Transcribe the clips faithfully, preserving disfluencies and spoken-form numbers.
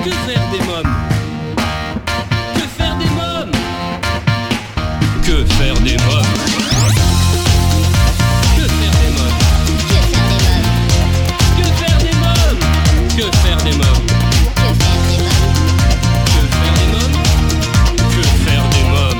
Que faire des mômes? Que faire des mômes? Que faire des mômes? Que faire des mômes? Que faire des mômes? Que faire des mômes? Que faire des mômes? Que faire des mômes?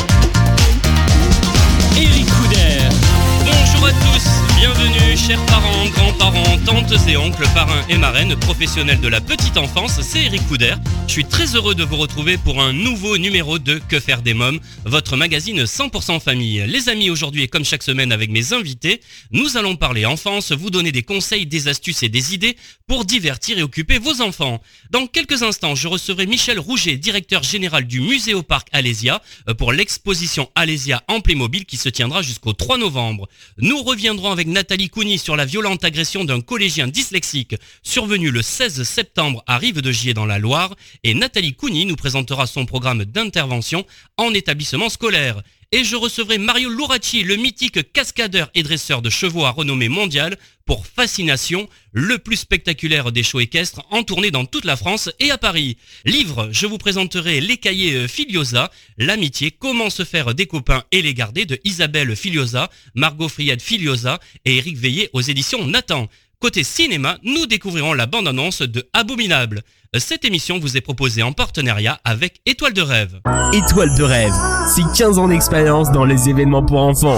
Éric Couder. Bonjour à tous, bienvenue chers parents, grands-parents, tantes et oncles, parrains et marraines, professionnels de la petite enfance, c'est Éric Couder. Je suis très heureux de vous retrouver pour un nouveau numéro de Que faire des mômes, votre magazine cent pour cent famille. Les amis, aujourd'hui et comme chaque semaine avec mes invités, nous allons parler enfance, vous donner des conseils, des astuces et des idées pour divertir et occuper vos enfants. Dans quelques instants, je recevrai Michel Rouget, directeur général du Muséoparc Alésia, pour l'exposition Alésia en Playmobil qui se tiendra jusqu'au trois novembre. Nous reviendrons avec Nathalie Cougny sur la violente agression d'un collégien dyslexique survenu le seize septembre à Rive-de-Gier dans la Loire, et Nathalie Cougny nous présentera son programme d'intervention en établissement scolaire. Et je recevrai Mario Luracci, le mythique cascadeur et dresseur de chevaux à renommée mondiale, pour Fascination, le plus spectaculaire des shows équestres en tournée dans toute la France et à Paris. Livre, je vous présenterai Les Cahiers Filiosa, l'amitié, comment se faire des copains et les garder de Isabelle Filiosa, Margot Friad Filiosa et Éric Veillé aux éditions Nathan. Côté cinéma, nous découvrirons la bande-annonce de Abominable. Cette émission vous est proposée en partenariat avec Étoile de Rêve. Étoile de Rêve, c'est quinze ans d'expérience dans les événements pour enfants.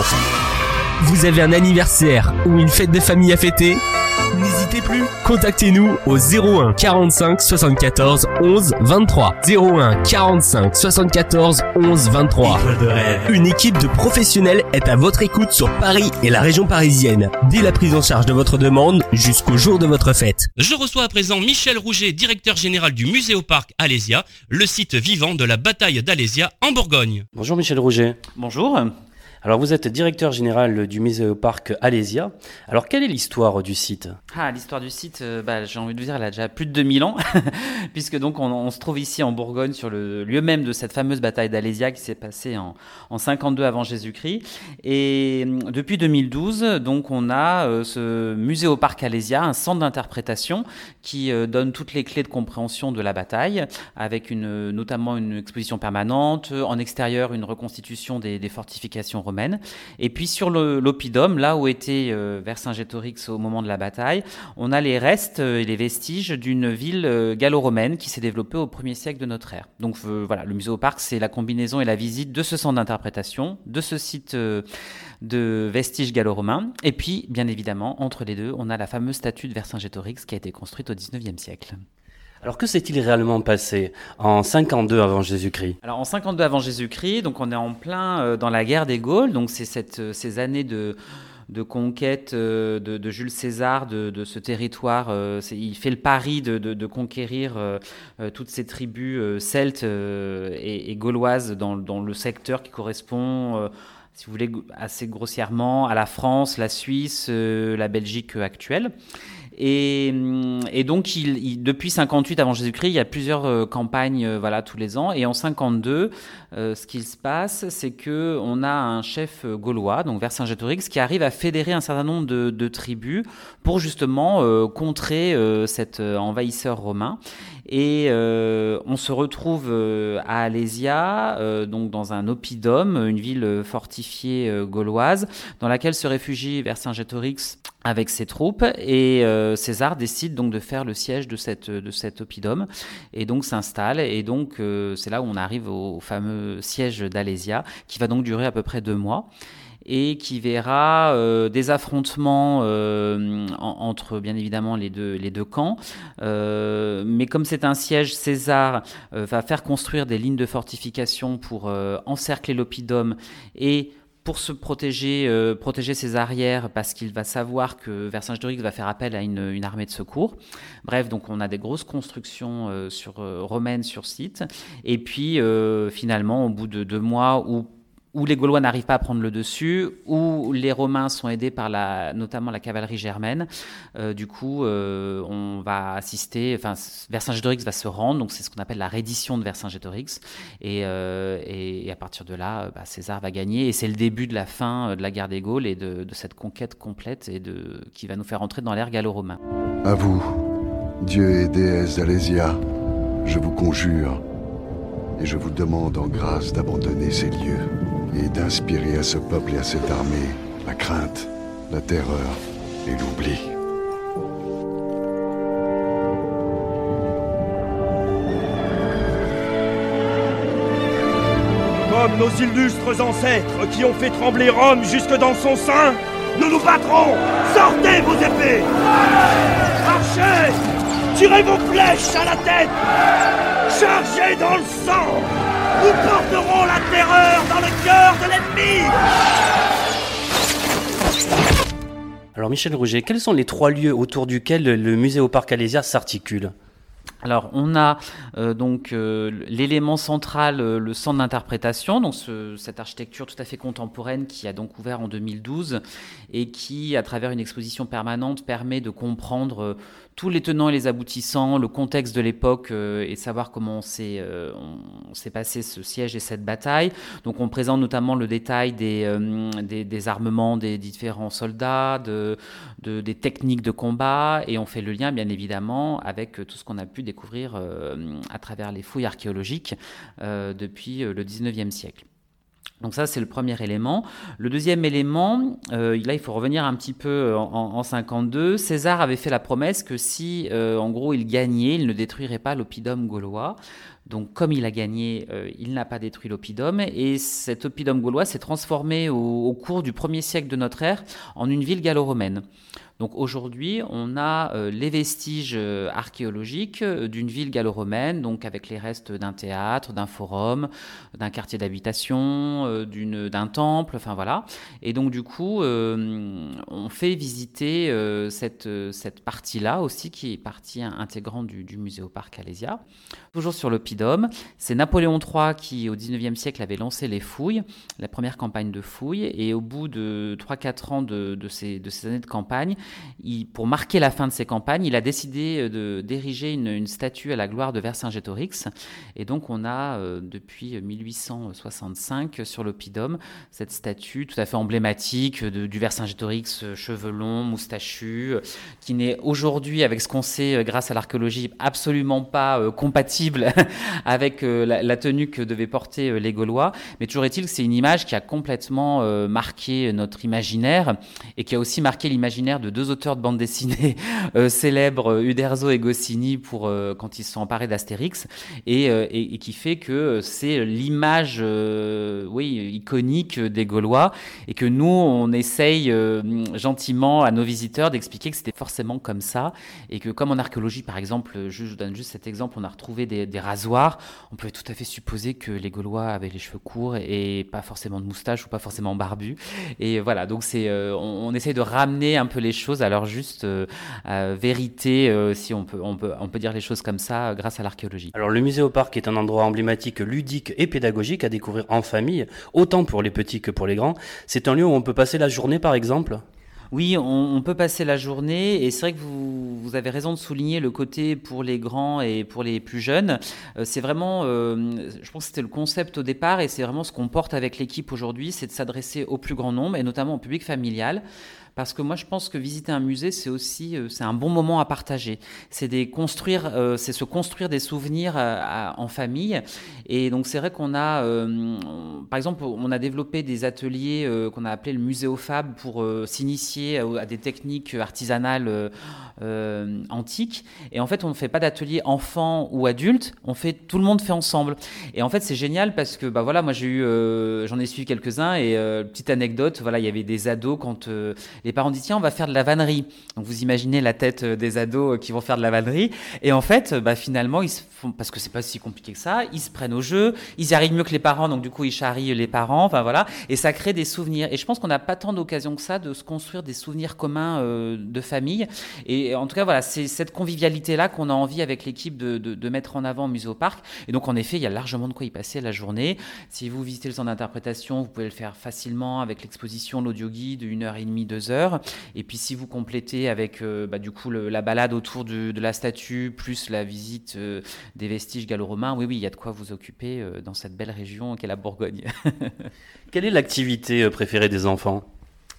Vous avez un anniversaire ou une fête de famille à fêter ? N'hésitez plus, contactez-nous au zéro un quarante-cinq soixante-quatorze onze vingt-trois. zéro un quarante-cinq soixante-quatorze onze vingt-trois. Étoile de Rêve. Une équipe de professionnels est à votre écoute sur Paris et la région parisienne, dès la prise en charge de votre demande jusqu'au jour de votre fête. Je reçois à présent Michel Rouget, directeur général du Muséoparc Alésia, le site vivant de la bataille d'Alésia en Bourgogne. Bonjour Michel Rouget. Bonjour. Alors vous êtes directeur général du Muséoparc Alésia. Alors quelle est l'histoire du site ? Ah, l'histoire du site, euh, bah, j'ai envie de vous dire, elle a déjà plus de deux mille ans, puisque donc on, on se trouve ici en Bourgogne sur le lieu même de cette fameuse bataille d'Alésia qui s'est passée en, en cinquante-deux avant Jésus-Christ. Et depuis deux mille douze, donc on a euh, ce Muséoparc Alésia, un centre d'interprétation qui euh, donne toutes les clés de compréhension de la bataille, avec une, notamment une exposition permanente, en extérieur une reconstitution des, des fortifications romaines. Et puis sur le, l'oppidum, là où était euh, Vercingétorix au moment de la bataille, on a les restes euh, et les vestiges d'une ville euh, gallo-romaine qui s'est développée au premier siècle de notre ère. Donc euh, voilà, le Muséoparc, c'est la combinaison et la visite de ce centre d'interprétation, de ce site euh, de vestiges gallo-romains, et puis bien évidemment, entre les deux, on a la fameuse statue de Vercingétorix qui a été construite au dix-neuvième siècle. Alors que s'est-il réellement passé en cinquante-deux avant Jésus-Christ ? Alors en cinquante-deux avant Jésus-Christ, donc on est en plein euh, dans la guerre des Gaules, donc c'est cette, euh, ces années de, de conquête euh, de, de Jules César de, de ce territoire. Euh, c'est, il fait le pari de, de, de conquérir euh, euh, toutes ces tribus euh, celtes euh, et, et gauloises dans, dans le secteur qui correspond, euh, si vous voulez, assez grossièrement à la France, la Suisse, euh, la Belgique actuelle. Et, et donc, il, il, depuis cinquante-huit avant Jésus-Christ, il y a plusieurs euh, campagnes, euh, voilà, tous les ans. Et en cinquante-deux, euh, ce qui se passe, c'est que on a un chef gaulois, donc Vercingétorix, qui arrive à fédérer un certain nombre de, de tribus pour justement euh, contrer euh, cet euh, envahisseur romain. Et euh, on se retrouve euh, à Alésia, euh, donc dans un oppidum, une ville fortifiée euh, gauloise, dans laquelle se réfugie Vercingétorix avec ses troupes. Et euh, César décide donc de faire le siège de, cette, de cet oppidum, et donc s'installe. Et donc euh, c'est là où on arrive au, au fameux siège d'Alésia, qui va donc durer à peu près deux mois. Et qui verra euh, des affrontements euh, en, entre bien évidemment les deux, les deux camps. Euh, mais comme c'est un siège, César euh, va faire construire des lignes de fortification pour euh, encercler l'oppidum et pour se protéger, euh, protéger ses arrières, parce qu'il va savoir que Vercingétorix va faire appel à une, une armée de secours. Bref, donc on a des grosses constructions euh, sur, euh, romaines sur site. Et puis euh, finalement, au bout de deux mois, où où les Gaulois n'arrivent pas à prendre le dessus, où les Romains sont aidés par la, notamment la cavalerie germaine. Euh, du coup, euh, on va assister, enfin, Vercingétorix va se rendre, donc c'est ce qu'on appelle la reddition de Vercingétorix. Et, euh, et, et à partir de là, bah, César va gagner. Et c'est le début de la fin de la guerre des Gaules et de, de cette conquête complète et de, qui va nous faire entrer dans l'ère gallo-romain. À vous, dieux et déesses d'Alésia, Je vous conjure et je vous demande en grâce d'abandonner ces lieux et d'inspirer à ce peuple et à cette armée la crainte, la terreur et l'oubli. Comme nos illustres ancêtres qui ont fait trembler Rome jusque dans son sein, nous nous battrons! Sortez vos épées! Archers! Tirez vos flèches à la tête! Chargez dans le sang! Nous porterons la terreur dans le cœur de l'ennemi! Alors Michel Rouget, quels sont les trois lieux autour duquel le musée au Parc Alésia s'articule ? Alors, on a euh, donc euh, l'élément central, euh, le centre d'interprétation, donc ce, cette architecture tout à fait contemporaine qui a donc ouvert en deux mille douze et qui, à travers une exposition permanente, permet de comprendre euh, tous les tenants et les aboutissants, le contexte de l'époque euh, et savoir comment on s'est, euh, on s'est passé ce siège et cette bataille. Donc, on présente notamment le détail des, euh, des, des armements des différents soldats, de, de, des techniques de combat, et on fait le lien, bien évidemment, avec tout ce qu'on a pu découvrir euh, à travers les fouilles archéologiques euh, depuis le dix-neuvième siècle. Donc ça, c'est le premier élément. Le deuxième élément, euh, là, il faut revenir un petit peu en, en cinquante-deux. César avait fait la promesse que si, euh, en gros, il gagnait, il ne détruirait pas l'oppidum gaulois. Donc, comme il a gagné, euh, il n'a pas détruit l'oppidum. Et cet oppidum gaulois s'est transformé au, au cours du premier siècle de notre ère en une ville gallo-romaine. Donc aujourd'hui, on a euh, les vestiges euh, archéologiques euh, d'une ville gallo-romaine, donc avec les restes d'un théâtre, d'un forum, d'un quartier d'habitation, euh, d'une, d'un temple, enfin voilà. Et donc du coup, euh, on fait visiter euh, cette, cette partie-là aussi, qui est partie intégrante du, du musée au Parc Alésia. Toujours sur l'oppidum, c'est Napoléon trois qui, au dix-neuvième siècle, avait lancé les fouilles, la première campagne de fouilles, et au bout de trois à quatre ans de, de, ces, de ces années de campagne, Il, pour marquer la fin de ses campagnes, il a décidé de, d'ériger une, une statue à la gloire de Vercingétorix. Et donc, on a, euh, depuis mille huit cent soixante-cinq, sur l'oppidum, cette statue tout à fait emblématique de, du Vercingétorix, cheveux longs, moustachu, qui n'est aujourd'hui, avec ce qu'on sait grâce à l'archéologie, absolument pas euh, compatible avec euh, la, la tenue que devaient porter euh, les Gaulois. Mais toujours est-il que c'est une image qui a complètement euh, marqué notre imaginaire et qui a aussi marqué l'imaginaire de deux auteurs de bande dessinée euh, célèbres, Uderzo et Goscinny, pour, euh, quand ils se sont emparés d'Astérix, et, euh, et, et qui fait que c'est l'image euh, oui, iconique des Gaulois, et que nous, on essaye euh, gentiment à nos visiteurs d'expliquer que c'était forcément comme ça, et que comme en archéologie, par exemple, je vous donne juste cet exemple, on a retrouvé des, des rasoirs, on peut tout à fait supposer que les Gaulois avaient les cheveux courts et pas forcément de moustache ou pas forcément barbus. Et voilà, donc c'est, euh, on, on essaye de ramener un peu les choses à leur juste euh, euh, vérité, euh, si on peut, on, peut, on peut dire les choses comme ça, euh, grâce à l'archéologie. Alors le musée au Parc est un endroit emblématique, ludique et pédagogique à découvrir en famille, autant pour les petits que pour les grands. C'est un lieu où on peut passer la journée, par exemple ? Oui, on, on peut passer la journée, et c'est vrai que vous, vous avez raison de souligner le côté pour les grands et pour les plus jeunes. Euh, c'est vraiment, euh, je pense que c'était le concept au départ, et c'est vraiment ce qu'on porte avec l'équipe aujourd'hui, c'est de s'adresser au plus grand nombre, et notamment au public familial. Parce que moi, je pense que visiter un musée, c'est aussi, euh, c'est un bon moment à partager. C'est des construire, euh, c'est se construire des souvenirs à, à, en famille. Et donc, c'est vrai qu'on a, euh, on, par exemple, on a développé des ateliers euh, qu'on a appelés le Muséofab pour euh, s'initier à, à des techniques artisanales euh, euh, antiques. Et en fait, on ne fait pas d'atelier enfants ou adultes. On fait, tout le monde fait ensemble. Et en fait, c'est génial parce que, bah voilà, moi, j'ai eu, euh, j'en ai suivi quelques-uns. Et euh, petite anecdote, voilà, il y avait des ados quand euh, les parents disent tiens, on va faire de la vannerie. Donc vous imaginez la tête des ados qui vont faire de la vannerie. Et en fait, bah, finalement, ils se font, parce que c'est pas si compliqué que ça, ils se prennent au jeu, ils y arrivent mieux que les parents, donc du coup ils charrient les parents, enfin voilà, et ça crée des souvenirs. Et je pense qu'on n'a pas tant d'occasion que ça de se construire des souvenirs communs euh, de famille. Et en tout cas, voilà, c'est cette convivialité-là qu'on a envie avec l'équipe de, de, de mettre en avant au musée au Parc. Et donc en effet, il y a largement de quoi y passer la journée. Si vous visitez le centre d'interprétation, vous pouvez le faire facilement avec l'exposition, l'audio guide, une heure et demie, deux heures. Et puis si vous complétez avec euh, bah, du coup le, la balade autour de, de la statue plus la visite euh, des vestiges gallo-romains, oui oui, il y a de quoi vous occuper euh, dans cette belle région qu'est la Bourgogne. Quelle est l'activité préférée des enfants ?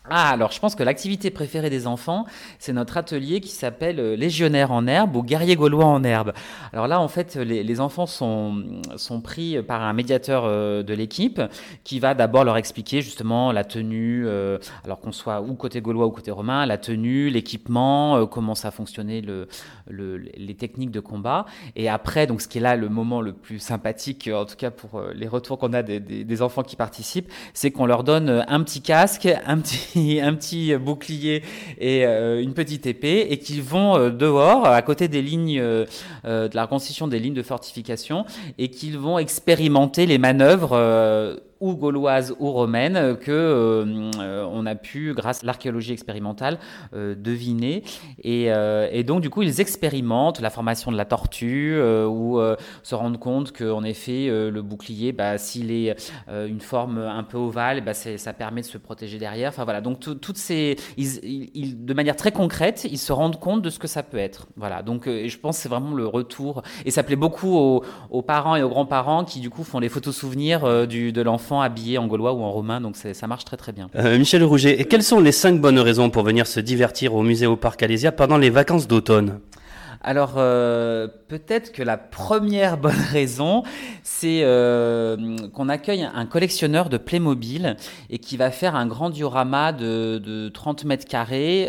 Ah, alors je pense que l'activité préférée des enfants, c'est notre atelier qui s'appelle euh, Légionnaire en herbe ou Guerrier gaulois en herbe. Alors là, en fait, les, les enfants sont, sont pris par un médiateur euh, de l'équipe qui va d'abord leur expliquer justement la tenue, euh, alors qu'on soit ou côté gaulois ou côté romain, la tenue, l'équipement, euh, comment ça fonctionnait, le, le, les techniques de combat. Et après, donc ce qui est là le moment le plus sympathique, en tout cas pour euh, les retours qu'on a des, des, des enfants qui participent, c'est qu'on leur donne un petit casque, un petit un petit bouclier et euh, une petite épée et qu'ils vont euh, dehors à côté des lignes euh, euh, de la reconstitution des lignes de fortification et qu'ils vont expérimenter les manœuvres euh, ou gauloises ou romaines que euh, on a pu, grâce à l'archéologie expérimentale, euh, deviner. Et, euh, et donc, du coup, ils expérimentent la formation de la tortue euh, ou euh, se rendent compte qu'en effet, euh, le bouclier, bah, s'il est euh, une forme un peu ovale, bah, c'est, ça permet de se protéger derrière. Enfin, voilà. Donc, tout, toutes ces... Ils, ils, de manière très concrète, ils se rendent compte de ce que ça peut être. Voilà. Donc, euh, je pense que c'est vraiment le retour. Et ça plaît beaucoup aux, aux parents et aux grands-parents qui, du coup, font les photos souvenirs euh, du, de l'enfant habillé en gaulois ou en romain, donc c'est, ça marche très très bien. Euh, Michel Rouget, et quelles sont les cinq bonnes raisons pour venir se divertir au musée au Parc Alésia pendant les vacances d'automne ? Alors, euh, peut-être que la première bonne raison, c'est euh, qu'on accueille un collectionneur de Playmobil et qui va faire un grand diorama de, de trente mètres carrés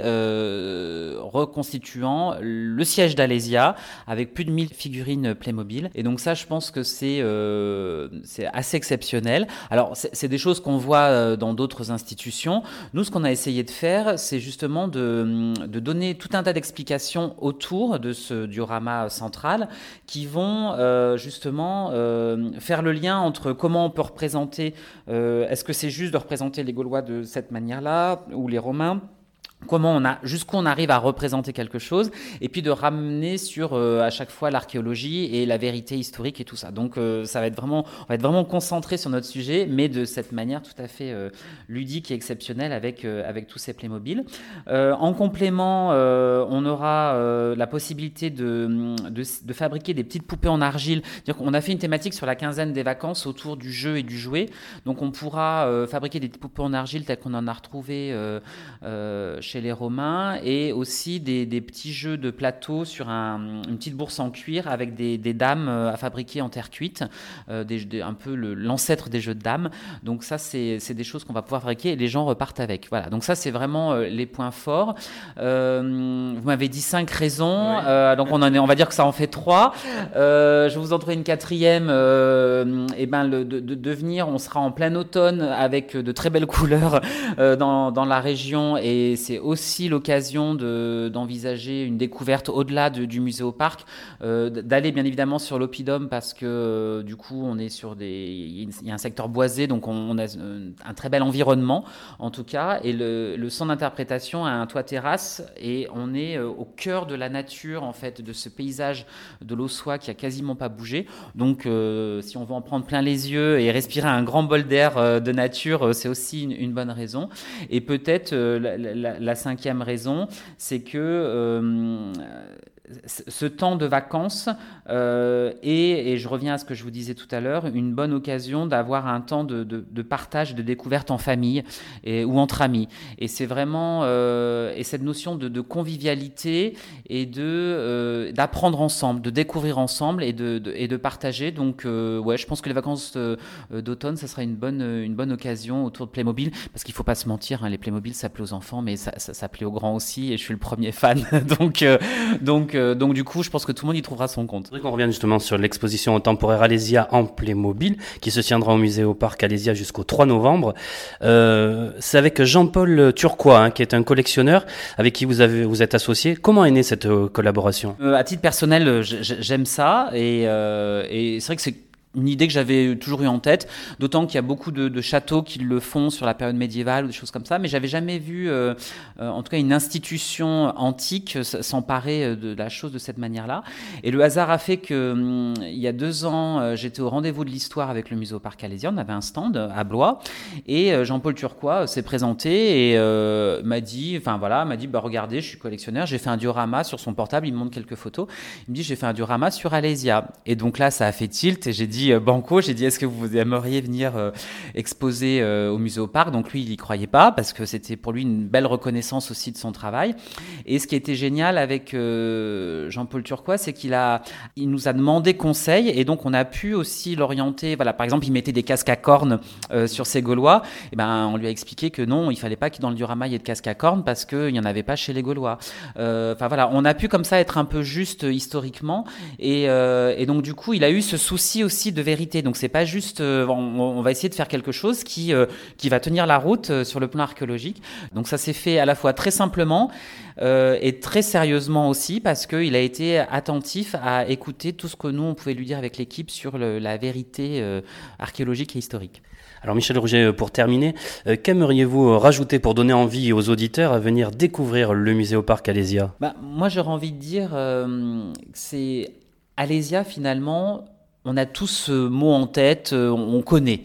euh, reconstituant le siège d'Alésia avec plus de mille figurines Playmobil. Et donc ça, je pense que c'est, euh, c'est assez exceptionnel. Alors, c'est, c'est des choses qu'on voit dans d'autres institutions. Nous, ce qu'on a essayé de faire, c'est justement de, de donner tout un tas d'explications autour de ce ce diorama central qui vont euh, justement euh, faire le lien entre comment on peut représenter, euh, est-ce que c'est juste de représenter les Gaulois de cette manière-là ou les Romains ? Comment on a, jusqu'où on arrive à représenter quelque chose, et puis de ramener sur euh, à chaque fois l'archéologie et la vérité historique et tout ça. Donc euh, ça va être vraiment, on va être vraiment concentré sur notre sujet, mais de cette manière tout à fait euh, ludique et exceptionnelle avec euh, avec tous ces Playmobil. Euh, en complément, euh, on aura euh, la possibilité de, de de fabriquer des petites poupées en argile. C'est-à-dire qu'on a fait une thématique sur la quinzaine des vacances autour du jeu et du jouet. Donc on pourra euh, fabriquer des poupées en argile telles qu'on en a retrouvé euh, euh, chez les Romains, et aussi des, des petits jeux de plateau sur un, une petite bourse en cuir avec des, des dames à fabriquer en terre cuite, euh, des, des, un peu le, l'ancêtre des jeux de dames. Donc ça, c'est, c'est des choses qu'on va pouvoir fabriquer et les gens repartent avec. Voilà. Donc ça, c'est vraiment euh, les points forts. Euh, vous m'avez dit cinq raisons, oui. euh, donc on, en est, on va dire que ça en fait trois. Euh, je vous en trouve une quatrième. Euh, et ben le, de, de, de venir, on sera en plein automne avec de très belles couleurs euh, dans, dans la région, et c'est aussi l'occasion de, d'envisager une découverte au-delà de, du musée au parc, euh, d'aller bien évidemment sur l'Oppidum parce que euh, du coup on est sur des, il y a un secteur boisé, donc on, on a un très bel environnement en tout cas, et le, le centre d'interprétation a un toit terrasse et on est euh, au cœur de la nature en fait, de ce paysage de l'Aussois qui a quasiment pas bougé. Donc euh, si on veut en prendre plein les yeux et respirer un grand bol d'air euh, de nature, euh, c'est aussi une, une bonne raison. Et peut-être euh, la, la, la cinquième raison, c'est que euh, ce temps de vacances euh, est, et je reviens à ce que je vous disais tout à l'heure, une bonne occasion d'avoir un temps de, de, de partage, de découverte en famille et, ou entre amis. Et c'est vraiment euh, et cette notion de, de convivialité et de euh, d'apprendre ensemble, de découvrir ensemble et de, de et de partager. Donc euh, ouais, je pense que les vacances euh, d'automne, ça sera une bonne une bonne occasion autour de Playmobil, parce qu'il faut pas se mentir, hein, les Playmobil ça plaît aux enfants, mais ça, ça, ça plaît aux grands aussi. Et je suis le premier fan, donc euh, donc Donc du coup, je pense que tout le monde y trouvera son compte. Je voudrais qu'on revienne justement sur l'exposition temporaire Alésia en Playmobil qui se tiendra au musée au parc Alésia jusqu'au trois novembre. Euh, c'est avec Jean-Paul Turquois, hein, qui est un collectionneur avec qui vous, avez, vous êtes associé. Comment est née cette euh, collaboration ? euh, À titre personnel, j'aime ça, et, euh, et c'est vrai que c'est une idée que j'avais toujours eu en tête, d'autant qu'il y a beaucoup de, de châteaux qui le font sur la période médiévale ou des choses comme ça, mais j'avais jamais vu, euh, euh, en tout cas, une institution antique s'emparer de la chose de cette manière-là. Et le hasard a fait que, hum, il y a deux ans, euh, j'étais au rendez-vous de l'histoire avec le musée au parc Alésia. On avait un stand à Blois, et euh, Jean-Paul Turquois s'est présenté et euh, m'a dit, enfin voilà, m'a dit, bah regardez, je suis collectionneur, j'ai fait un diorama sur son portable, il me montre quelques photos. Il me dit, j'ai fait un diorama sur Alésia. Et donc là, ça a fait tilt, et j'ai dit, dit euh, banco, j'ai dit est-ce que vous aimeriez venir euh, exposer euh, au musée au parc? Donc lui, il y croyait pas parce que c'était pour lui une belle reconnaissance aussi de son travail. Et ce qui était génial avec euh, Jean-Paul Turquois, c'est qu'il a, il nous a demandé conseil et donc on a pu aussi l'orienter. Voilà, par exemple, il mettait des casques à cornes euh, sur ses Gaulois. Et ben, on lui a expliqué que non, il fallait pas qu'il dans le diorama il y ait de casques à cornes parce qu'il n'y en avait pas chez les Gaulois. Euh, Enfin voilà, on a pu comme ça être un peu juste euh, historiquement et, euh, et donc du coup il a eu ce souci aussi de vérité. Donc c'est pas juste, euh, on, on va essayer de faire quelque chose qui euh, qui va tenir la route euh, sur le plan archéologique. Donc ça s'est fait à la fois très simplement euh, et très sérieusement aussi parce qu'il a été attentif à écouter tout ce que nous on pouvait lui dire avec l'équipe sur le, la vérité euh, archéologique et historique. Alors Michel Rouget, pour terminer, euh, qu'aimeriez-vous rajouter pour donner envie aux auditeurs à venir découvrir le musée au parc Alésia? Bah, moi j'aurais envie de dire euh, que c'est Alésia finalement, on a tous ce mot en tête, euh, on connaît.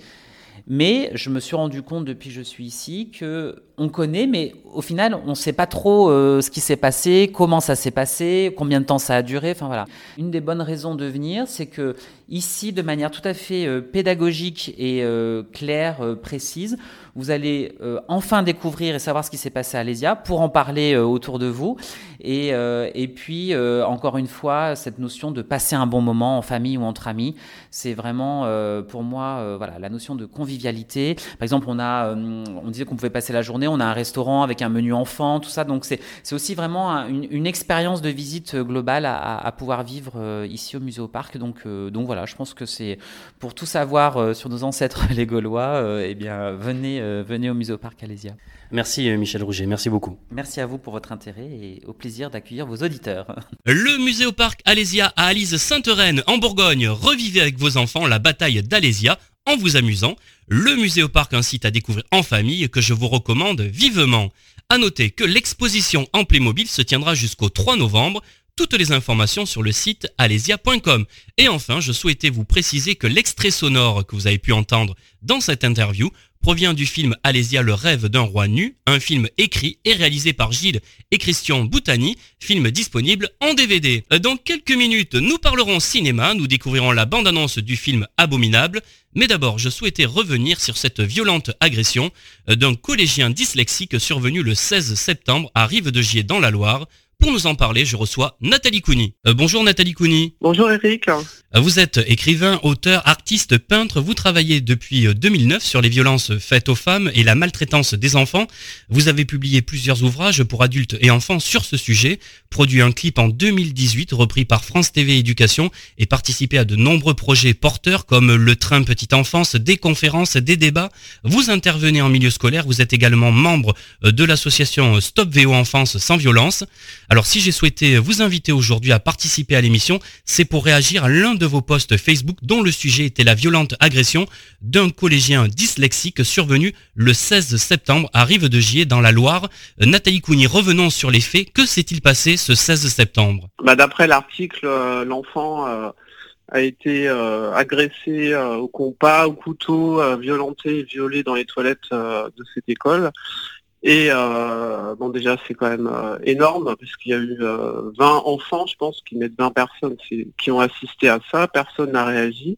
Mais je me suis rendu compte depuis que je suis ici qu'on connaît, mais au final, on ne sait pas trop euh, ce qui s'est passé, comment ça s'est passé, combien de temps ça a duré. Enfin voilà. Une des bonnes raisons de venir, c'est que ici, de manière tout à fait euh, pédagogique et euh, claire, euh, précise, vous allez euh, enfin découvrir et savoir ce qui s'est passé à Alésia pour en parler euh, autour de vous. Et, euh, et puis, euh, encore une fois, cette notion de passer un bon moment en famille ou entre amis, c'est vraiment euh, pour moi euh, voilà, la notion de convivialité. Par exemple, on, a, euh, on disait qu'on pouvait passer la journée, on a un restaurant avec un menu enfant, tout ça. Donc, c'est, c'est aussi vraiment un, une, une expérience de visite globale à, à, à pouvoir vivre euh, ici au musée au parc. Donc, euh, donc voilà, je pense que c'est pour tout savoir euh, sur nos ancêtres les Gaulois, euh, eh bien, venez, euh, venez au musée au parc Alésia. Merci Michel Rouget, merci beaucoup. Merci à vous pour votre intérêt et au plaisir d'accueillir vos auditeurs. Le musée au parc Alésia à Alise-Sainte-Reine en Bourgogne. Revivez avec vos enfants la bataille d'Alésia en vous amusant. Le musée au parc, un site à découvrir en famille que je vous recommande vivement. À noter que l'exposition en Playmobil se tiendra jusqu'au trois novembre. Toutes les informations sur le site alésia point com. Et enfin, je souhaitais vous préciser que l'extrait sonore que vous avez pu entendre dans cette interview provient du film Alésia, le rêve d'un roi nu, un film écrit et réalisé par Gilles et Christian Boutani, film disponible en D V D. Dans quelques minutes, nous parlerons cinéma, nous découvrirons la bande-annonce du film Abominable, mais d'abord, je souhaitais revenir sur cette violente agression d'un collégien dyslexique survenu le seize septembre à Rive-de-Gier dans la Loire. Pour nous en parler, je reçois Nathalie Couni. Euh, bonjour Nathalie Couni. Bonjour Eric. Vous êtes écrivain, auteur, artiste, peintre. Vous travaillez depuis deux mille neuf sur les violences faites aux femmes et la maltraitance des enfants. Vous avez publié plusieurs ouvrages pour adultes et enfants sur ce sujet, produit un clip en deux mille dix-huit repris par France T V Éducation et participé à de nombreux projets porteurs comme le train petite enfance, des conférences, des débats. Vous intervenez en milieu scolaire. Vous êtes également membre de l'association Stop V O Enfance sans violence. Alors si j'ai souhaité vous inviter aujourd'hui à participer à l'émission, c'est pour réagir à l'un de vos posts Facebook dont le sujet était la violente agression d'un collégien dyslexique survenu le seize septembre à Rive-de-Gier dans la Loire. Nathalie Couni, revenons sur les faits. Que s'est-il passé ce seize septembre ? Bah, d'après l'article, euh, l'enfant euh, a été euh, agressé euh, au compas, au couteau, euh, violenté et violé dans les toilettes euh, de cette école. Et euh, bon, déjà c'est quand même euh, énorme parce qu'il y a eu euh, vingt enfants, je pense, qui mettent vingt personnes c'est, qui ont assisté à ça. Personne n'a réagi.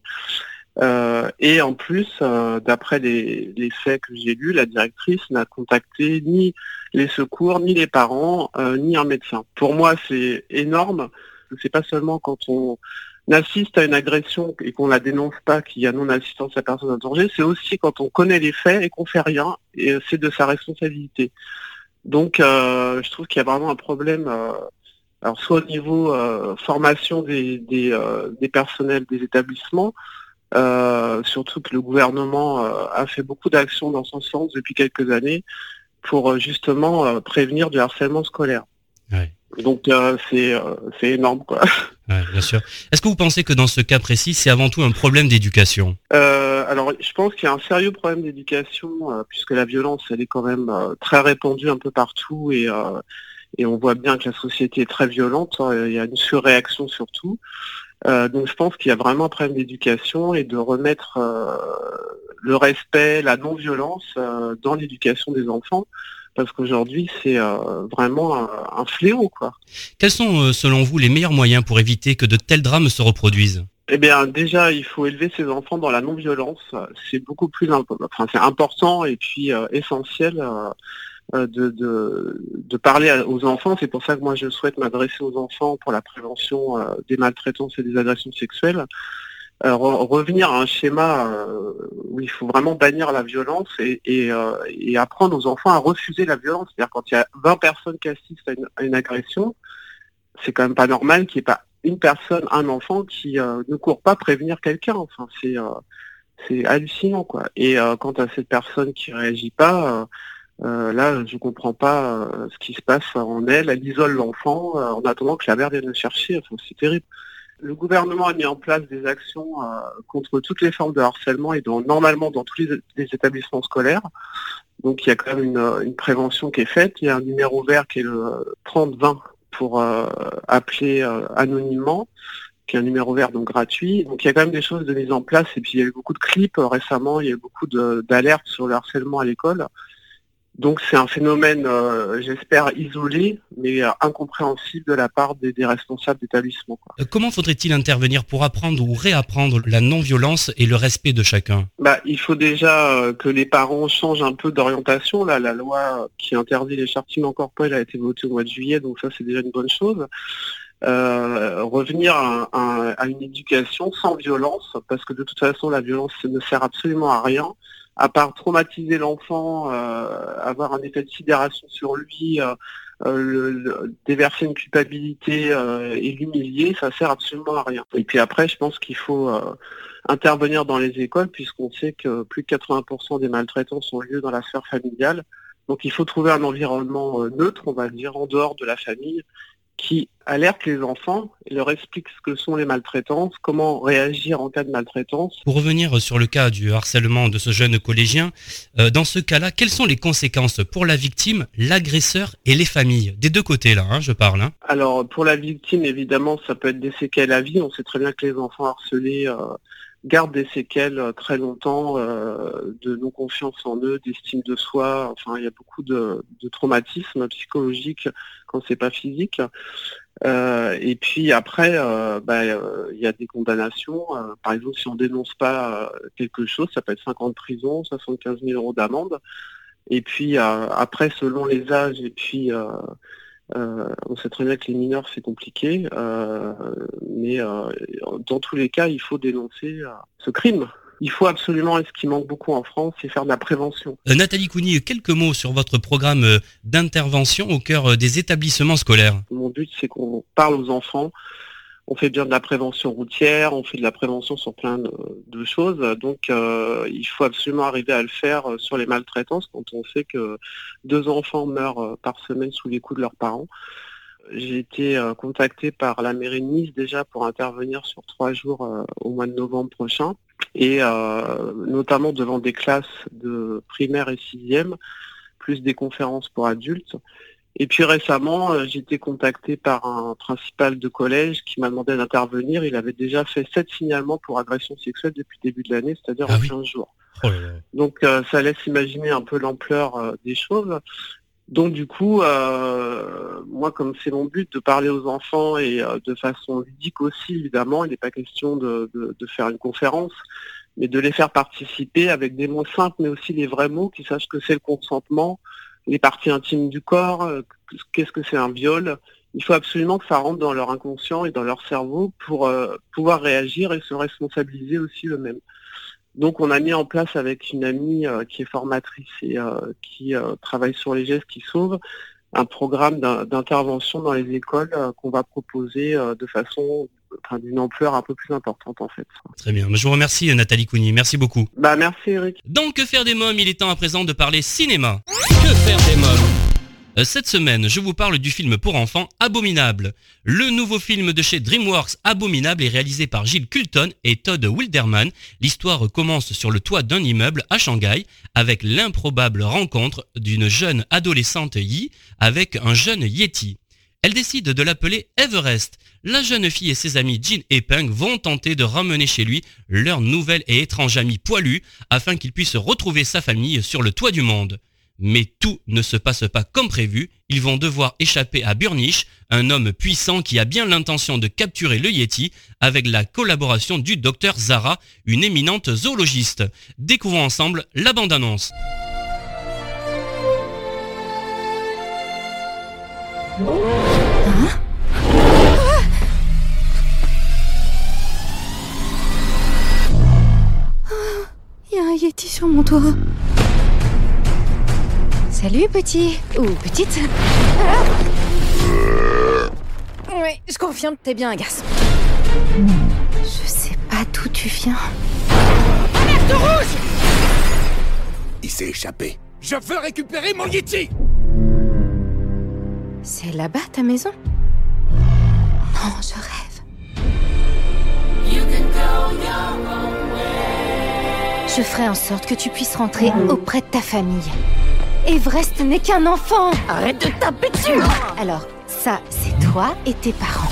Euh, et en plus, euh, d'après les, les faits que j'ai lus, la directrice n'a contacté ni les secours, ni les parents, euh, ni un médecin. Pour moi, c'est énorme. C'est pas seulement quand on assiste à une agression et qu'on la dénonce pas qu'il y a non-assistance à personne en danger, c'est aussi quand on connaît les faits et qu'on fait rien, et c'est de sa responsabilité. Donc, euh, je trouve qu'il y a vraiment un problème, euh, alors soit au niveau euh, formation des, des, euh, des personnels des établissements, euh, surtout que le gouvernement euh, a fait beaucoup d'actions dans ce sens depuis quelques années pour euh, justement euh, prévenir du harcèlement scolaire. Ouais. Donc euh, c'est, euh, c'est énorme, quoi. Ouais, bien sûr. Est-ce que vous pensez que dans ce cas précis, c'est avant tout un problème d'éducation ? euh, Alors, je pense qu'il y a un sérieux problème d'éducation, euh, puisque la violence, elle est quand même euh, très répandue un peu partout, et, euh, et on voit bien que la société est très violente, hein, il y a une surréaction surtout. Euh, donc je pense qu'il y a vraiment un problème d'éducation et de remettre euh, le respect, la non-violence euh, dans l'éducation des enfants. parce qu'aujourd'hui c'est euh, vraiment un, un fléau, quoi. Quels sont, euh, selon vous, les meilleurs moyens pour éviter que de tels drames se reproduisent ? Eh bien, déjà, il faut élever ses enfants dans la non-violence. C'est beaucoup plus, imp- enfin, c'est important et puis euh, essentiel euh, euh, de, de, de parler à- aux enfants. C'est pour ça que moi, je souhaite m'adresser aux enfants pour la prévention euh, des maltraitances et des agressions sexuelles. Euh, re- revenir à un schéma euh, où il faut vraiment bannir la violence et, et, euh, et apprendre aux enfants à refuser la violence. C'est-à-dire quand il y a vingt personnes qui assistent à une, à une agression, c'est quand même pas normal qu'il n'y ait pas une personne, un enfant qui euh, ne court pas prévenir quelqu'un. Enfin, c'est euh, c'est hallucinant, quoi. Et euh, quant à cette personne qui réagit pas, euh, euh, là, je comprends pas euh, ce qui se passe en elle. Elle isole l'enfant euh, en attendant que la mère vienne le chercher. Enfin, c'est terrible. Le gouvernement a mis en place des actions euh, contre toutes les formes de harcèlement et dans, normalement dans tous les, les établissements scolaires. Donc il y a quand même une, une prévention qui est faite. Il y a un numéro vert qui est le trente vingt pour euh, appeler euh, anonymement, qui est un numéro vert donc gratuit. Donc il y a quand même des choses de mise en place et puis il y a eu beaucoup de clips euh, récemment, il y a eu beaucoup de, d'alertes sur le harcèlement à l'école. Donc c'est un phénomène, euh, j'espère, isolé, mais euh, incompréhensible de la part des, des responsables d'établissement, quoi. Euh, Comment faudrait-il intervenir pour apprendre ou réapprendre la non-violence et le respect de chacun ? Bah, il faut déjà euh, que les parents changent un peu d'orientation. Là, la loi qui interdit les châtiments corporels a été votée au mois de juillet, donc ça c'est déjà une bonne chose. Euh, revenir à, à, à une éducation sans violence, parce que de toute façon la violence ne sert absolument à rien, à part traumatiser l'enfant, euh, avoir un effet de sidération sur lui, euh, euh, le, le, déverser une culpabilité euh, et l'humilier, ça sert absolument à rien. Et puis après, je pense qu'il faut euh, intervenir dans les écoles, puisqu'on sait que plus de quatre-vingts pour cent des maltraitances ont lieu dans la sphère familiale. Donc il faut trouver un environnement euh, neutre, on va dire, en dehors de la famille, qui alerte les enfants et leur explique ce que sont les maltraitances, comment réagir en cas de maltraitance. Pour revenir sur le cas du harcèlement de ce jeune collégien, euh, dans ce cas-là, quelles sont les conséquences pour la victime, l'agresseur et les familles ? Des deux côtés là, hein, je parle. Hein. Alors pour la victime, évidemment, ça peut être des séquelles à vie. On sait très bien que les enfants harcelés euh, gardent des séquelles euh, très longtemps, euh, de non-confiance en eux, d'estime de soi. Enfin, il y a beaucoup de, de traumatismes psychologiques quand c'est pas physique. Euh, et puis après, euh, bah, euh, il y a des condamnations. Euh, par exemple, si on dénonce pas euh, quelque chose, ça peut être cinq ans de prison, soixante-quinze mille euros d'amende. Et puis euh, après, selon les âges, et puis euh, euh, on sait très bien que les mineurs c'est compliqué, euh, mais euh, dans tous les cas, il faut dénoncer euh, ce crime. Il faut absolument, et ce qui manque beaucoup en France, c'est faire de la prévention. Euh, Nathalie Cougny, quelques mots sur votre programme d'intervention au cœur des établissements scolaires. Mon but, c'est qu'on parle aux enfants. On fait bien de la prévention routière, on fait de la prévention sur plein de, de choses. Donc, euh, il faut absolument arriver à le faire sur les maltraitances quand on sait que deux enfants meurent par semaine sous les coups de leurs parents. J'ai été euh, contacté par la mairie de Nice déjà pour intervenir sur trois jours euh, au mois de novembre prochain. Et euh, notamment devant des classes de primaire et sixième, plus des conférences pour adultes. Et puis récemment, euh, j'ai été contacté par un principal de collège qui m'a demandé d'intervenir. Il avait déjà fait sept signalements pour agression sexuelle depuis le début de l'année, c'est-à-dire ah en oui. quinze jours. Oh là là. Donc euh, ça laisse imaginer un peu l'ampleur euh, des choses. Donc du coup, euh, moi comme c'est mon but de parler aux enfants et euh, de façon ludique aussi, évidemment, il n'est pas question de, de, de faire une conférence, mais de les faire participer avec des mots simples, mais aussi les vrais mots, qu'ils sachent que c'est le consentement, les parties intimes du corps, euh, qu'est-ce que c'est un viol. Il faut absolument que ça rentre dans leur inconscient et dans leur cerveau pour euh, pouvoir réagir et se responsabiliser aussi eux-mêmes. Donc on a mis en place avec une amie euh, qui est formatrice et euh, qui euh, travaille sur les gestes qui sauvent, un programme d'in- d'intervention dans les écoles euh, qu'on va proposer euh, de façon, enfin, d'une ampleur un peu plus importante en fait. Très bien, je vous remercie Nathalie Cougny, merci beaucoup. Bah merci Eric. Dans Que faire des mômes, il est temps à présent de parler cinéma. Que faire des mômes ? Cette semaine, je vous parle du film pour enfants Abominable. Le nouveau film de chez DreamWorks Abominable est réalisé par Gilles Culton et Todd Wilderman. L'histoire commence sur le toit d'un immeuble à Shanghai avec l'improbable rencontre d'une jeune adolescente Yi avec un jeune Yeti. Elle décide de l'appeler Everest. La jeune fille et ses amis Jin et Peng vont tenter de ramener chez lui leur nouvel et étrange ami poilu afin qu'il puisse retrouver sa famille sur le toit du monde. Mais tout ne se passe pas comme prévu, ils vont devoir échapper à Burnish, un homme puissant qui a bien l'intention de capturer le Yeti, avec la collaboration du docteur Zara, une éminente zoologiste. Découvrons ensemble la bande-annonce. Hein? Il y a un Yeti sur mon toit. Salut petit, ou petite. Ah oui, je confirme, t'es bien un garçon. Je sais pas d'où tu viens. Alerte rouge! Il s'est échappé. Je veux récupérer mon Yeti! C'est là-bas ta maison? Non, je rêve. Je ferai en sorte que tu puisses rentrer auprès de ta famille. Everest n'est qu'un enfant! Arrête de taper dessus! Alors, ça, c'est toi et tes parents.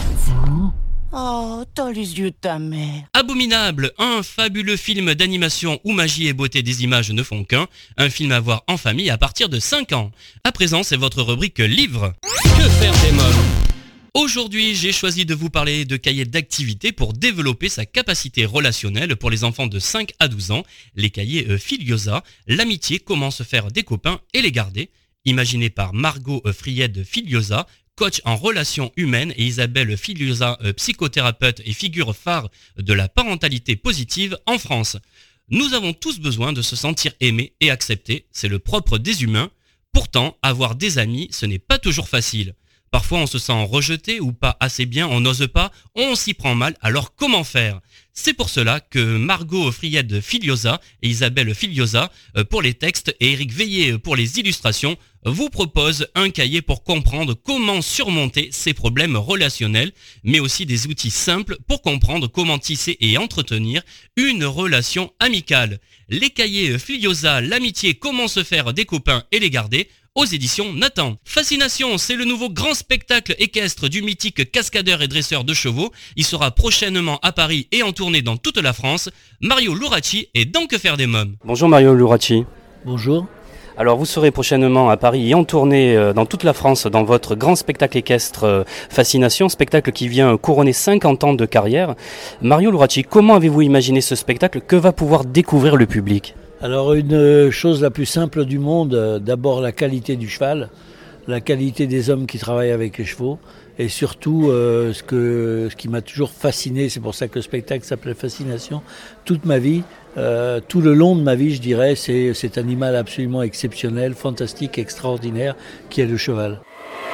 Oh, t'as les yeux de ta mère. Abominable, un fabuleux film d'animation où magie et beauté des images ne font qu'un, un film à voir en famille à partir de cinq ans. À présent, c'est votre rubrique livre. Que faire des mômes ? Aujourd'hui, j'ai choisi de vous parler de cahiers d'activité pour développer sa capacité relationnelle pour les enfants de cinq à douze ans, les cahiers Filiosa, l'amitié, comment se faire des copains et les garder, imaginé par Margot Fried Filiosa, coach en relations humaines, et Isabelle Filiosa, psychothérapeute et figure phare de la parentalité positive en France. Nous avons tous besoin de se sentir aimés et acceptés, c'est le propre des humains. Pourtant, avoir des amis, ce n'est pas toujours facile. Parfois on se sent rejeté ou pas assez bien, on n'ose pas, on s'y prend mal, alors comment faire ? C'est pour cela que Margot Fried Filiosa et Isabelle Filiosa pour les textes et Eric Veillé pour les illustrations vous proposent un cahier pour comprendre comment surmonter ces problèmes relationnels, mais aussi des outils simples pour comprendre comment tisser et entretenir une relation amicale. Les cahiers Filiosa, l'amitié, comment se faire des copains et les garder, aux éditions Nathan. Fascination, c'est le nouveau grand spectacle équestre du mythique cascadeur et dresseur de chevaux. Il sera prochainement à Paris et en tournée dans toute la France. Mario Luracci est dans Que faire des mômes. Bonjour Mario Luracci. Bonjour. Alors vous serez prochainement à Paris et en tournée dans toute la France dans votre grand spectacle équestre Fascination, spectacle qui vient couronner cinquante ans de carrière. Mario Luracci, comment avez-vous imaginé ce spectacle ? Que va pouvoir découvrir le public ? Alors une chose la plus simple du monde, d'abord la qualité du cheval, la qualité des hommes qui travaillent avec les chevaux, et surtout euh, ce, que, ce qui m'a toujours fasciné, c'est pour ça que le spectacle s'appelle Fascination, toute ma vie, euh, tout le long de ma vie je dirais, c'est cet animal absolument exceptionnel, fantastique, extraordinaire, qui est le cheval.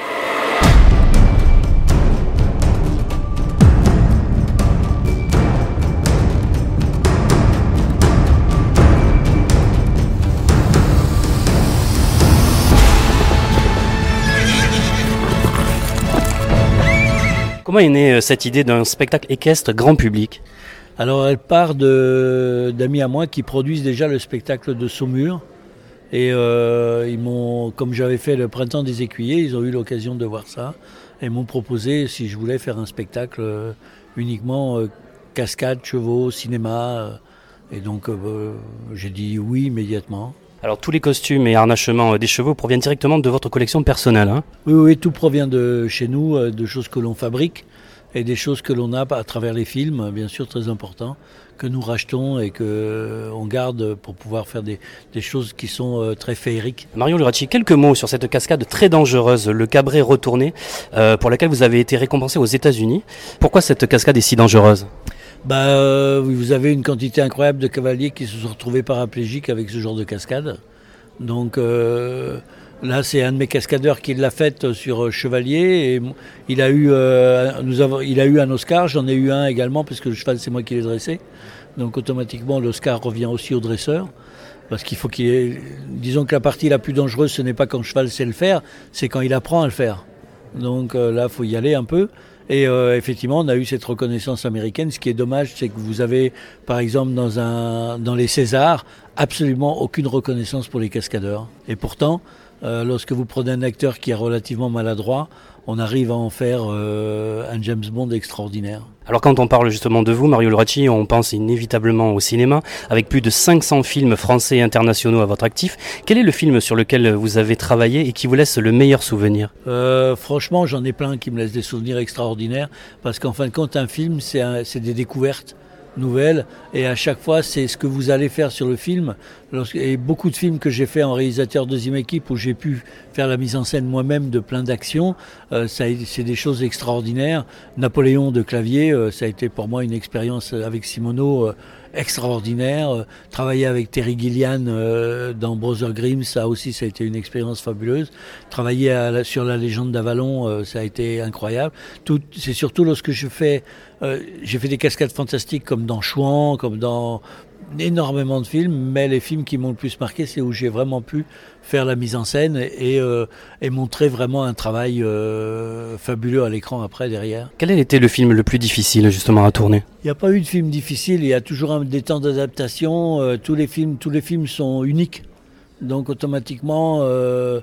Comment est née cette idée d'un spectacle équestre grand public ? Alors elle part de, d'amis à moi qui produisent déjà le spectacle de Saumur. Et euh, ils m'ont, comme j'avais fait le Printemps des Écuyers, ils ont eu l'occasion de voir ça. Et m'ont proposé si je voulais faire un spectacle euh, uniquement euh, cascade, chevaux, cinéma. Euh, et donc euh, j'ai dit oui immédiatement. Alors tous les costumes et harnachements des chevaux proviennent directement de votre collection personnelle, hein ? Oui, oui, tout provient de chez nous, de choses que l'on fabrique et des choses que l'on a à travers les films, bien sûr très important, que nous rachetons et qu'on garde pour pouvoir faire des, des choses qui sont très féeriques. Mario Luracci, quelques mots sur cette cascade très dangereuse, le cabré retourné, euh, pour laquelle vous avez été récompensé aux États-Unis. Pourquoi cette cascade est si dangereuse ? Bah, euh, vous avez une quantité incroyable de cavaliers qui se sont retrouvés paraplégiques avec ce genre de cascade. Donc euh, là, c'est un de mes cascadeurs qui l'a faite sur Chevalier. Et il, a eu, euh, nous avons, il a eu un Oscar, j'en ai eu un également parce que le cheval, c'est moi qui l'ai dressé. Donc automatiquement, l'Oscar revient aussi au dresseur. Parce qu'il faut qu'il ait... Disons que la partie la plus dangereuse, ce n'est pas quand le cheval sait le faire, c'est quand il apprend à le faire. Donc euh, là, il faut y aller un peu. Et euh, effectivement, on a eu cette reconnaissance américaine. Ce qui est dommage, c'est que vous avez, par exemple, dans, un, dans les Césars, absolument aucune reconnaissance pour les cascadeurs. Et pourtant, euh, lorsque vous prenez un acteur qui est relativement maladroit, on arrive à en faire euh, un James Bond extraordinaire. Alors quand on parle justement de vous, Mario Luracci, on pense inévitablement au cinéma, avec plus de cinq cents films français et internationaux à votre actif. Quel est le film sur lequel vous avez travaillé et qui vous laisse le meilleur souvenir ? euh, Franchement, j'en ai plein qui me laissent des souvenirs extraordinaires, parce qu'en fin de compte, un film, c'est, un, c'est des découvertes nouvelles, et à chaque fois, c'est ce que vous allez faire sur le film. Et beaucoup de films que j'ai fait en réalisateur deuxième équipe, où j'ai pu faire la mise en scène moi-même de plein d'actions, euh, ça, c'est des choses extraordinaires. Napoléon de Clavier, euh, ça a été pour moi une expérience avec Simoneau euh, extraordinaire. Euh, travailler avec Terry Gilliam euh, dans Brother Grimm, ça aussi, ça a été une expérience fabuleuse. Travailler à la, sur La Légende d'Avalon, euh, ça a été incroyable. Tout, c'est surtout lorsque je fais, euh, j'ai fait des cascades fantastiques comme dans Chouan, comme dans énormément de films, mais les films qui m'ont le plus marqué, c'est où j'ai vraiment pu faire la mise en scène et, euh, et montrer vraiment un travail euh, fabuleux à l'écran après, derrière. Quel a été le film le plus difficile justement à tourner ? Il n'y a pas eu de film difficile, il y a toujours un, des temps d'adaptation, euh, tous les films, tous les films sont uniques, donc automatiquement, euh,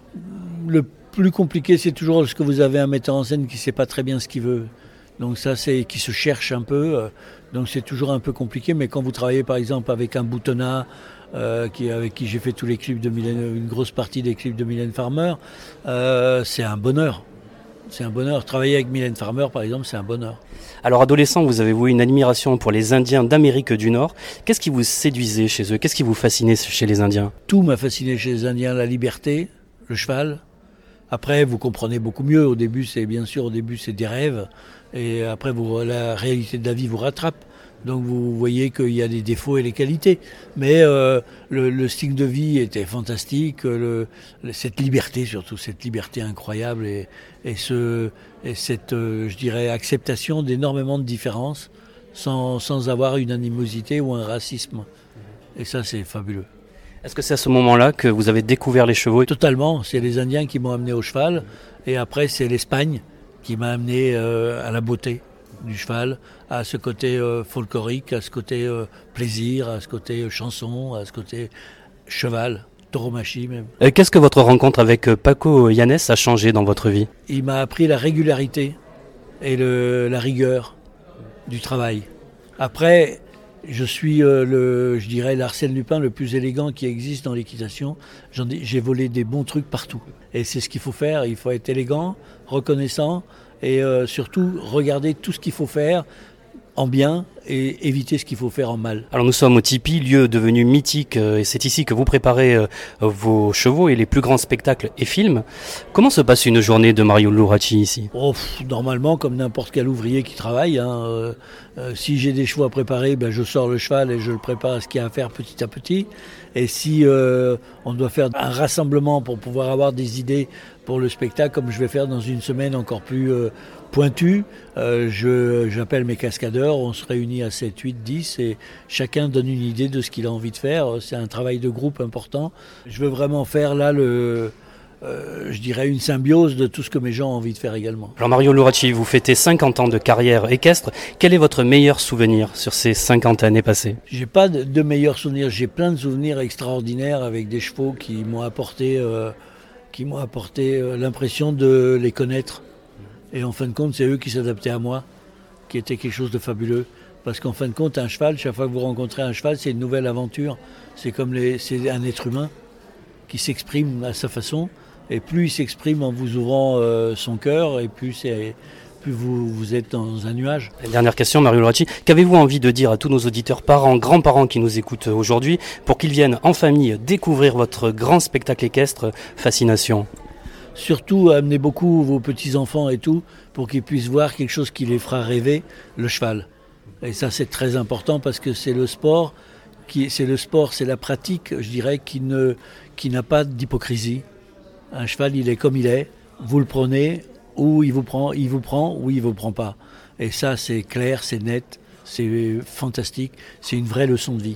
le plus compliqué, c'est toujours lorsque vous avez un metteur en scène qui ne sait pas très bien ce qu'il veut. Donc ça, c'est qui se cherche un peu. Donc c'est toujours un peu compliqué. Mais quand vous travaillez par exemple avec un Boutonnat, euh, qui, avec qui j'ai fait tous les clips de Mylène, une grosse partie des clips de Mylène Farmer, euh, c'est un bonheur. C'est un bonheur. Travailler avec Mylène Farmer, par exemple, c'est un bonheur. Alors adolescent, vous avez voué une admiration pour les Indiens d'Amérique du Nord. Qu'est-ce qui vous séduisait chez eux ? Qu'est-ce qui vous fascinait chez les Indiens ? Tout m'a fasciné chez les Indiens. La liberté, le cheval. Après, vous comprenez beaucoup mieux. Au début, c'est bien sûr, au début, c'est des rêves. Et après, vous, la réalité de la vie vous rattrape. Donc vous voyez qu'il y a des défauts et les qualités. Mais euh, le, le style de vie était fantastique. Le, cette liberté, surtout, cette liberté incroyable. Et, et, ce, et cette, euh, je dirais, acceptation d'énormément de différences sans, sans avoir une animosité ou un racisme. Et ça, c'est fabuleux. Est-ce que c'est à ce moment-là que vous avez découvert les chevaux ? Totalement. C'est les Indiens qui m'ont amené au cheval. Et après, c'est l'Espagne qui m'a amené euh, à la beauté du cheval, à ce côté euh, folklorique, à ce côté euh, plaisir, à ce côté euh, chanson, à ce côté cheval, tauromachie même. Euh, qu'est-ce que votre rencontre avec euh, Paco Yánez a changé dans votre vie ? Il m'a appris la régularité et le, la rigueur du travail. Après, je suis, euh, le, je dirais, l'Arsène Lupin le plus élégant qui existe dans l'équitation. J'en ai, j'ai volé des bons trucs partout. Et c'est ce qu'il faut faire. Il faut être élégant, reconnaissant et euh, surtout regarder tout ce qu'il faut faire en bien et éviter ce qu'il faut faire en mal. Alors nous sommes au Tipi, lieu devenu mythique, euh, et c'est ici que vous préparez euh, vos chevaux et les plus grands spectacles et films. Comment se passe une journée de Mario Luracci ici ? Oh, pff, normalement, comme n'importe quel ouvrier qui travaille, hein, euh, euh, si j'ai des chevaux à préparer, ben, je sors le cheval et je le prépare à ce qu'il y a à faire petit à petit. Et si euh, on doit faire un rassemblement pour pouvoir avoir des idées pour le spectacle, comme je vais faire dans une semaine encore plus euh, pointue, euh, je, j'appelle mes cascadeurs, on se réunit à sept, huit, dix et chacun donne une idée de ce qu'il a envie de faire. C'est un travail de groupe important. Je veux vraiment faire là le... Euh, je dirais une symbiose de tout ce que mes gens ont envie de faire également. Alors Mario Luracci, vous fêtez cinquante ans de carrière équestre. Quel est votre meilleur souvenir sur ces cinquante années passées ? J'ai pas de, de meilleurs souvenirs. J'ai plein de souvenirs extraordinaires avec des chevaux qui m'ont apporté, euh, qui m'ont apporté euh, l'impression de les connaître. Et en fin de compte, c'est eux qui s'adaptaient à moi, qui était quelque chose de fabuleux. Parce qu'en fin de compte, un cheval, chaque fois que vous rencontrez un cheval, c'est une nouvelle aventure. C'est comme les, c'est un être humain qui s'exprime à sa façon. Et plus il s'exprime en vous ouvrant euh, son cœur, et plus, c'est, plus vous, vous êtes dans un nuage. Dernière question, Mario Luracci. Qu'avez-vous envie de dire à tous nos auditeurs, parents, grands-parents qui nous écoutent aujourd'hui, pour qu'ils viennent en famille découvrir votre grand spectacle équestre, Fascination ? Surtout, amenez beaucoup vos petits-enfants et tout, pour qu'ils puissent voir quelque chose qui les fera rêver, le cheval. Et ça, c'est très important, parce que c'est le sport, qui, c'est le sport, c'est la pratique, je dirais, qui, ne, qui n'a pas d'hypocrisie. Un cheval, il est comme il est. Vous le prenez, ou il vous prend, il vous prend, ou il vous prend pas. Et ça, c'est clair, c'est net, c'est fantastique. C'est une vraie leçon de vie.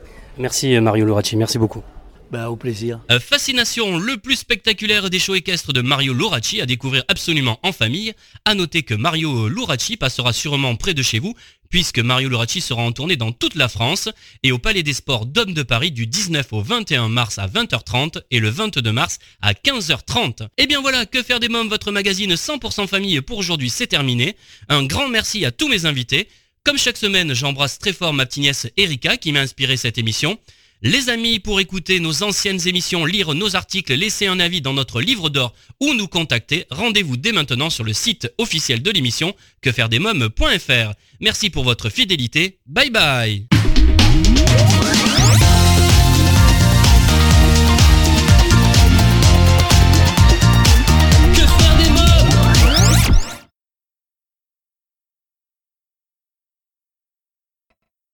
Merci Mario Luracci, merci beaucoup. Ben, au plaisir. Euh, Fascination, le plus spectaculaire des shows équestres de Mario Luracci à découvrir absolument en famille. À noter que Mario Luracci passera sûrement près de chez vous puisque Mario Loracci sera en tournée dans toute la France et au Palais des Sports Dôme de Paris du dix-neuf au vingt et un mars à vingt heures trente et le vingt-deux mars à quinze heures trente. Et bien voilà, Que faire des mômes, votre magazine cent pour cent famille pour aujourd'hui, c'est terminé. Un grand merci à tous mes invités. Comme chaque semaine, j'embrasse très fort ma petite nièce Erika qui m'a inspiré cette émission. Les amis, pour écouter nos anciennes émissions, lire nos articles, laisser un avis dans notre livre d'or ou nous contacter, rendez-vous dès maintenant sur le site officiel de l'émission que faire des mômes point f r. Merci pour votre fidélité. Bye bye.